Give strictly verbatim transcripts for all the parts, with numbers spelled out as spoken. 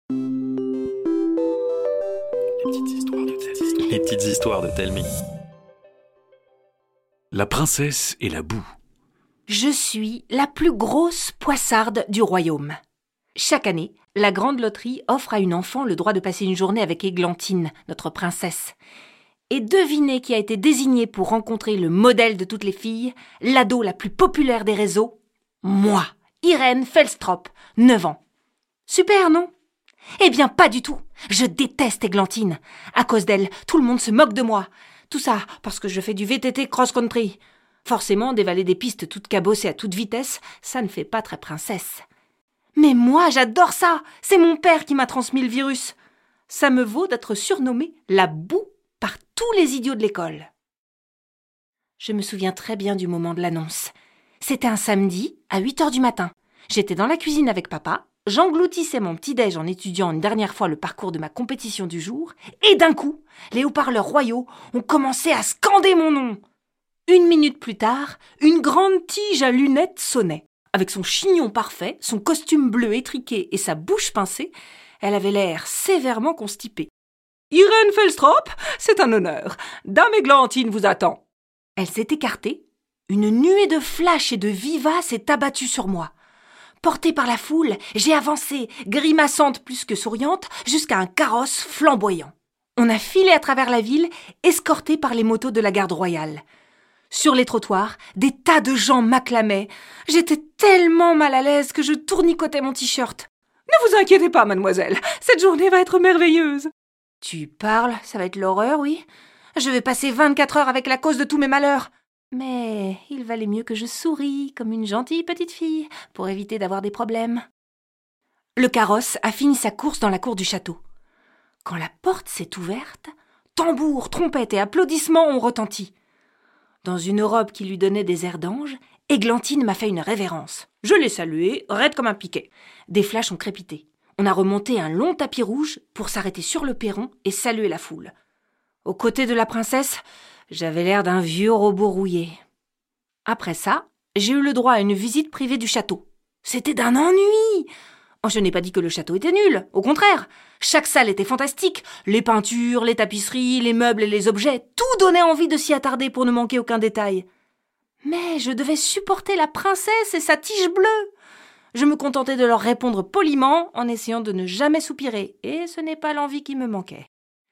Les petites histoires de Telmi. Les petites histoires de Telmi. La princesse et la boue. Je suis la plus grosse poissarde du royaume. Chaque année, la Grande Loterie offre à une enfant le droit de passer une journée avec Églantine, notre princesse. Et devinez qui a été désigné pour rencontrer le modèle de toutes les filles, l'ado la plus populaire des réseaux? Moi, Irène Fellstrop, neuf ans. Super, non? Eh bien, pas du tout. Je déteste Églantine. À cause d'elle, tout le monde se moque de moi. Tout ça parce que je fais du V T T cross-country. Forcément, dévaler des pistes toutes cabossées à toute vitesse, ça ne fait pas très princesse. Mais moi, j'adore ça. C'est mon père qui m'a transmis le virus. Ça me vaut d'être surnommée la boue par tous les idiots de l'école. Je me souviens très bien du moment de l'annonce. C'était un samedi, à huit heures du matin. J'étais dans la cuisine avec papa, j'engloutissais mon petit-déj en étudiant une dernière fois le parcours de ma compétition du jour, et d'un coup, les haut-parleurs royaux ont commencé à scander mon nom. Une minute plus tard, une grande tige à lunettes sonnait. Avec son chignon parfait, son costume bleu étriqué et sa bouche pincée, elle avait l'air sévèrement constipée. « Irène Fellstrop, c'est un honneur. Dame Églantine vous attend. » Elle s'est écartée. Une nuée de flash et de viva s'est abattue sur moi. Portée par la foule, j'ai avancé, grimaçante plus que souriante, jusqu'à un carrosse flamboyant. On a filé à travers la ville, escortés par les motos de la garde royale. Sur les trottoirs, des tas de gens m'acclamaient. J'étais tellement mal à l'aise que je tournicotais mon t-shirt. « Ne vous inquiétez pas, mademoiselle, cette journée va être merveilleuse. » Tu parles, ça va être l'horreur, oui. Je vais passer vingt-quatre heures avec la cause de tous mes malheurs. Mais il valait mieux que je sourie comme une gentille petite fille pour éviter d'avoir des problèmes. Le carrosse a fini sa course dans la cour du château. Quand la porte s'est ouverte, tambours, trompettes et applaudissements ont retenti. Dans une robe qui lui donnait des airs d'ange, Églantine m'a fait une révérence. Je l'ai saluée, raide comme un piquet. Des flashs ont crépité. On a remonté un long tapis rouge pour s'arrêter sur le perron et saluer la foule. Aux côtés de la princesse, j'avais l'air d'un vieux robot rouillé. Après ça, j'ai eu le droit à une visite privée du château. C'était d'un ennui. Oh, je n'ai pas dit que le château était nul, au contraire. Chaque salle était fantastique. Les peintures, les tapisseries, les meubles et les objets, tout donnait envie de s'y attarder pour ne manquer aucun détail. Mais je devais supporter la princesse et sa tige bleue. Je me contentais de leur répondre poliment en essayant de ne jamais soupirer, et ce n'est pas l'envie qui me manquait.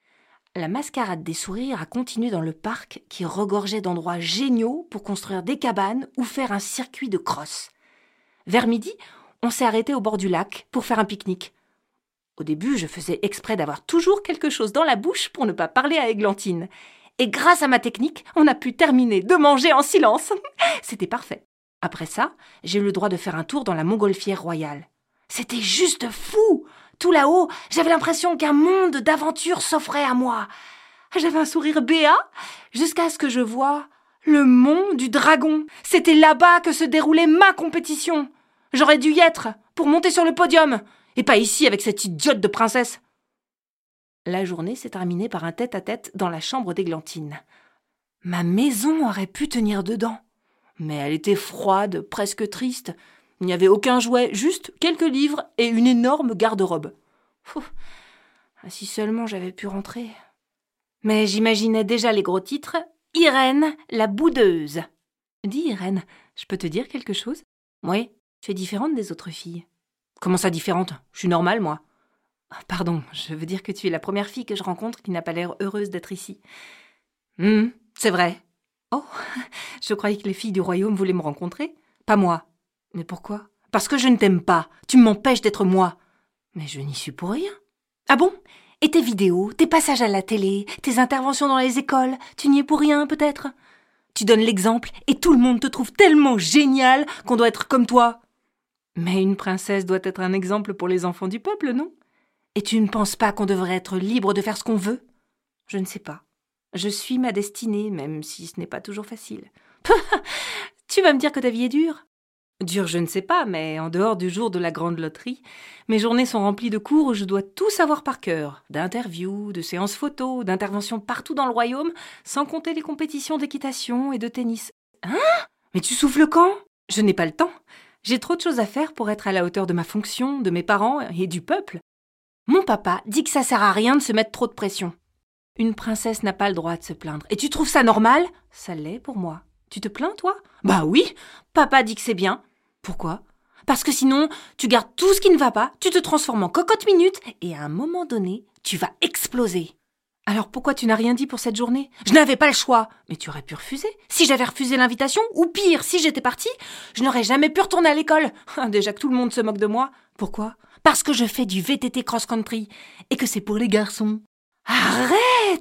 La mascarade des sourires a continué dans le parc qui regorgeait d'endroits géniaux pour construire des cabanes ou faire un circuit de crosse. Vers midi, on s'est arrêté au bord du lac pour faire un pique-nique. Au début, je faisais exprès d'avoir toujours quelque chose dans la bouche pour ne pas parler à Églantine. Et grâce à ma technique, on a pu terminer de manger en silence. C'était parfait. Après ça, j'ai eu le droit de faire un tour dans la montgolfière royale. C'était juste fou! Tout là-haut, j'avais l'impression qu'un monde d'aventures s'offrait à moi. J'avais un sourire béat jusqu'à ce que je voie le mont du dragon. C'était là-bas que se déroulait ma compétition. J'aurais dû y être pour monter sur le podium et pas ici avec cette idiote de princesse. La journée s'est terminée par un tête-à-tête dans la chambre d'Églantine. Ma maison aurait pu tenir dedans. Mais elle était froide, presque triste. Il n'y avait aucun jouet, juste quelques livres et une énorme garde-robe. Ouf, si seulement j'avais pu rentrer. Mais j'imaginais déjà les gros titres. Irène, la boudeuse. Dis, Irène, je peux te dire quelque chose? Oui, tu es différente des autres filles. Comment ça différente? Je suis normale, moi. Pardon, je veux dire que tu es la première fille que je rencontre qui n'a pas l'air heureuse d'être ici. Hum, c'est vrai. Oh, je croyais que les filles du royaume voulaient me rencontrer. Pas moi. Mais pourquoi? Parce que je ne t'aime pas. Tu m'empêches d'être moi. Mais je n'y suis pour rien. Ah bon? Et tes vidéos, tes passages à la télé, tes interventions dans les écoles, tu n'y es pour rien peut-être? Tu donnes l'exemple et tout le monde te trouve tellement génial qu'on doit être comme toi. Mais une princesse doit être un exemple pour les enfants du peuple, non? Et tu ne penses pas qu'on devrait être libre de faire ce qu'on veut? Je ne sais pas. Je suis ma destinée, même si ce n'est pas toujours facile. Tu vas me dire que ta vie est dure? Dure, je ne sais pas, mais en dehors du jour de la Grande Loterie, mes journées sont remplies de cours où je dois tout savoir par cœur, d'interviews, de séances photos, d'interventions partout dans le royaume, sans compter les compétitions d'équitation et de tennis. Hein? Mais tu souffles quand? Je n'ai pas le temps. J'ai trop de choses à faire pour être à la hauteur de ma fonction, de mes parents et du peuple. Mon papa dit que ça sert à rien de se mettre trop de pression. Une princesse n'a pas le droit de se plaindre. Et tu trouves ça normal ? Ça l'est pour moi. Tu te plains, toi ? Bah oui, papa dit que c'est bien. Pourquoi ? Parce que sinon, tu gardes tout ce qui ne va pas, tu te transformes en cocotte minute et à un moment donné, tu vas exploser. Alors pourquoi tu n'as rien dit pour cette journée ? Je n'avais pas le choix. Mais tu aurais pu refuser. Si j'avais refusé l'invitation, ou pire, si j'étais partie, je n'aurais jamais pu retourner à l'école. Déjà que tout le monde se moque de moi. Pourquoi ? Parce que je fais du V T T cross-country et que c'est pour les garçons. Arrête !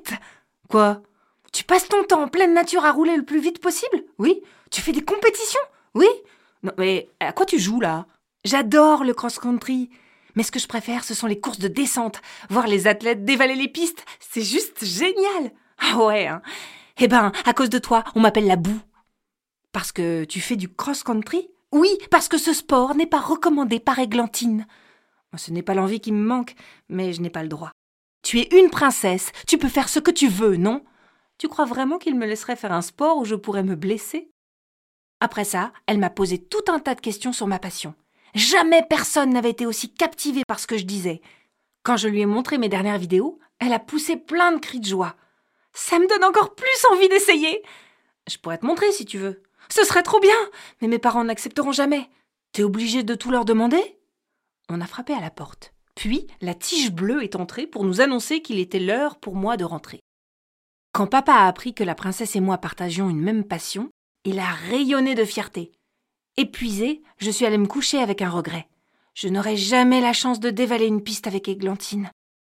Quoi ? Tu passes ton temps en pleine nature à rouler le plus vite possible ? Oui. Tu fais des compétitions ? Oui. Non, mais à quoi tu joues là ? J'adore le cross-country. Mais ce que je préfère, ce sont les courses de descente. Voir les athlètes dévaler les pistes, c'est juste génial. Ah ouais, hein. Eh ben, à cause de toi, on m'appelle la boue. Parce que tu fais du cross-country ? Oui, parce que ce sport n'est pas recommandé par Églantine. Ce n'est pas l'envie qui me manque, mais je n'ai pas le droit. Tu es une princesse, tu peux faire ce que tu veux, non ? Tu crois vraiment qu'il me laisserait faire un sport où je pourrais me blesser ? Après ça, elle m'a posé tout un tas de questions sur ma passion. Jamais personne n'avait été aussi captivé par ce que je disais. Quand je lui ai montré mes dernières vidéos, elle a poussé plein de cris de joie. Ça me donne encore plus envie d'essayer. Je pourrais te montrer si tu veux. Ce serait trop bien, mais mes parents n'accepteront jamais. T'es obligé de tout leur demander ? On a frappé à la porte. Puis, la tige bleue est entrée pour nous annoncer qu'il était l'heure pour moi de rentrer. Quand papa a appris que la princesse et moi partagions une même passion, il a rayonné de fierté. Épuisée, je suis allée me coucher avec un regret. Je n'aurai jamais la chance de dévaler une piste avec Églantine.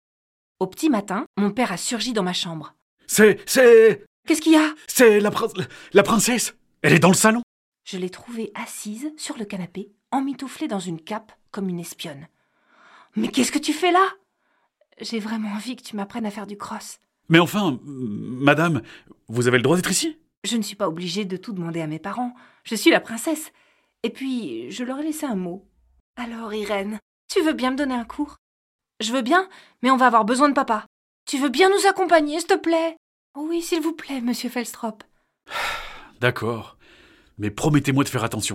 Au petit matin, mon père a surgi dans ma chambre. C'est... c'est... Qu'est-ce qu'il y a ? C'est la, prin- la princesse. Elle est dans le salon. Je l'ai trouvée assise sur le canapé, emmitouflée dans une cape comme une espionne. Mais qu'est-ce que tu fais là ? J'ai vraiment envie que tu m'apprennes à faire du cross. Mais enfin, madame, vous avez le droit d'être ici ? Je ne suis pas obligée de tout demander à mes parents. Je suis la princesse. Et puis, je leur ai laissé un mot. Alors, Irène, tu veux bien me donner un cours ? Je veux bien, mais on va avoir besoin de papa. Tu veux bien nous accompagner, s'il te plaît ? Oui, s'il vous plaît, monsieur Felstrop. D'accord, mais promettez-moi de faire attention.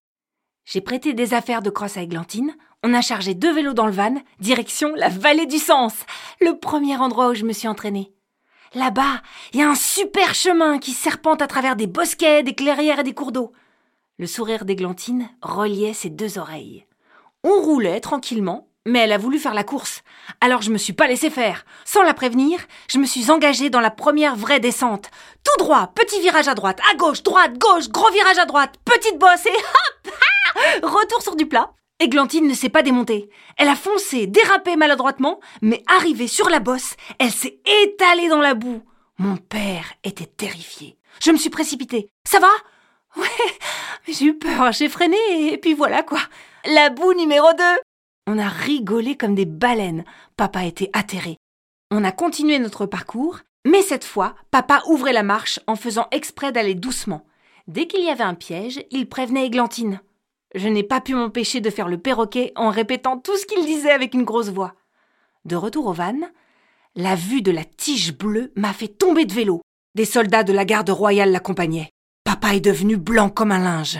J'ai prêté des affaires de cross à Églantine. On a chargé deux vélos dans le van, direction la vallée du Sens, le premier endroit où je me suis entraînée. Là-bas, il y a un super chemin qui serpente à travers des bosquets, des clairières et des cours d'eau. Le sourire d'Églantine reliait ses deux oreilles. On roulait tranquillement, mais elle a voulu faire la course. Alors je me suis pas laissée faire. Sans la prévenir, je me suis engagée dans la première vraie descente. Tout droit, petit virage à droite, à gauche, droite, gauche, gros virage à droite, petite bosse et hop, ah, retour sur du plat. Églantine ne s'est pas démontée. Elle a foncé, dérapé maladroitement, mais arrivée sur la bosse, elle s'est étalée dans la boue. Mon père était terrifié. Je me suis précipitée. Ça va ? Ouais, j'ai eu peur, j'ai freiné et puis voilà quoi. La boue numéro deux. On a rigolé comme des baleines. Papa était atterré. On a continué notre parcours, mais cette fois, papa ouvrait la marche en faisant exprès d'aller doucement. Dès qu'il y avait un piège, il prévenait Églantine. Je n'ai pas pu m'empêcher de faire le perroquet en répétant tout ce qu'il disait avec une grosse voix. De retour au van, la vue de la tige bleue m'a fait tomber de vélo. Des soldats de la garde royale l'accompagnaient. Papa est devenu blanc comme un linge.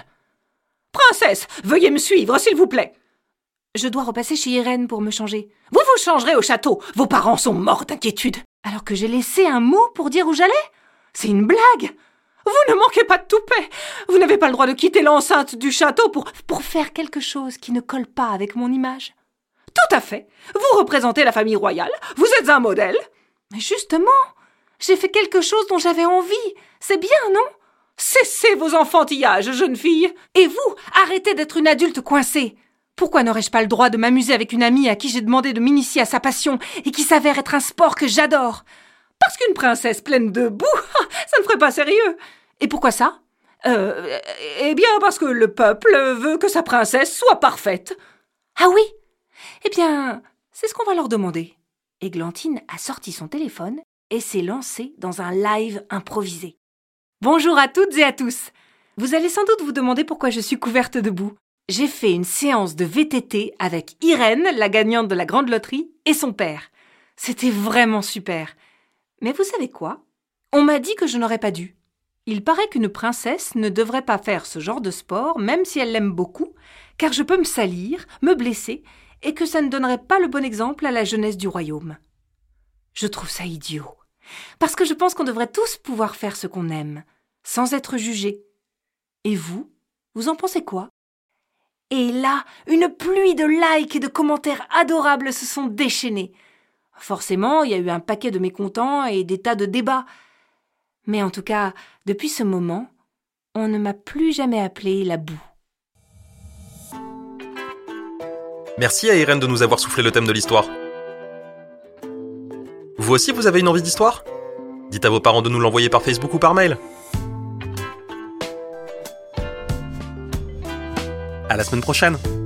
« Princesse, veuillez me suivre, s'il vous plaît !»« Je dois repasser chez Irène pour me changer. »« Vous vous changerez au château, vos parents sont morts d'inquiétude. » Alors que j'ai laissé un mot pour dire où j'allais ? C'est une blague ! Vous ne manquez pas de toupet. Vous n'avez pas le droit de quitter l'enceinte du château pour, pour faire quelque chose qui ne colle pas avec mon image. Tout à fait. Vous représentez la famille royale. Vous êtes un modèle. Mais justement, j'ai fait quelque chose dont j'avais envie. C'est bien, non ? Cessez vos enfantillages, jeune fille. Et vous, arrêtez d'être une adulte coincée. Pourquoi n'aurais-je pas le droit de m'amuser avec une amie à qui j'ai demandé de m'initier à sa passion et qui s'avère être un sport que j'adore ? Parce qu'une princesse pleine de boue, ça ne ferait pas sérieux. Et pourquoi ça ? Euh, eh bien, parce que le peuple veut que sa princesse soit parfaite. Ah oui ? Eh bien, c'est ce qu'on va leur demander. Églantine a sorti son téléphone et s'est lancée dans un live improvisé. Bonjour à toutes et à tous. Vous allez sans doute vous demander pourquoi je suis couverte de boue. J'ai fait une séance de V T T avec Irène, la gagnante de la grande loterie, et son père. C'était vraiment super. Mais vous savez quoi ? On m'a dit que je n'aurais pas dû. Il paraît qu'une princesse ne devrait pas faire ce genre de sport, même si elle l'aime beaucoup, car je peux me salir, me blesser et que ça ne donnerait pas le bon exemple à la jeunesse du royaume. Je trouve ça idiot, parce que je pense qu'on devrait tous pouvoir faire ce qu'on aime, sans être jugés. Et vous, vous en pensez quoi ? Et là, une pluie de likes et de commentaires adorables se sont déchaînés. Forcément, il y a eu un paquet de mécontents et des tas de débats. Mais en tout cas, depuis ce moment, on ne m'a plus jamais appelée la boue. Merci à Irène de nous avoir soufflé le thème de l'histoire. Vous aussi, vous avez une envie d'histoire ? Dites à vos parents de nous l'envoyer par Facebook ou par mail. À la semaine prochaine.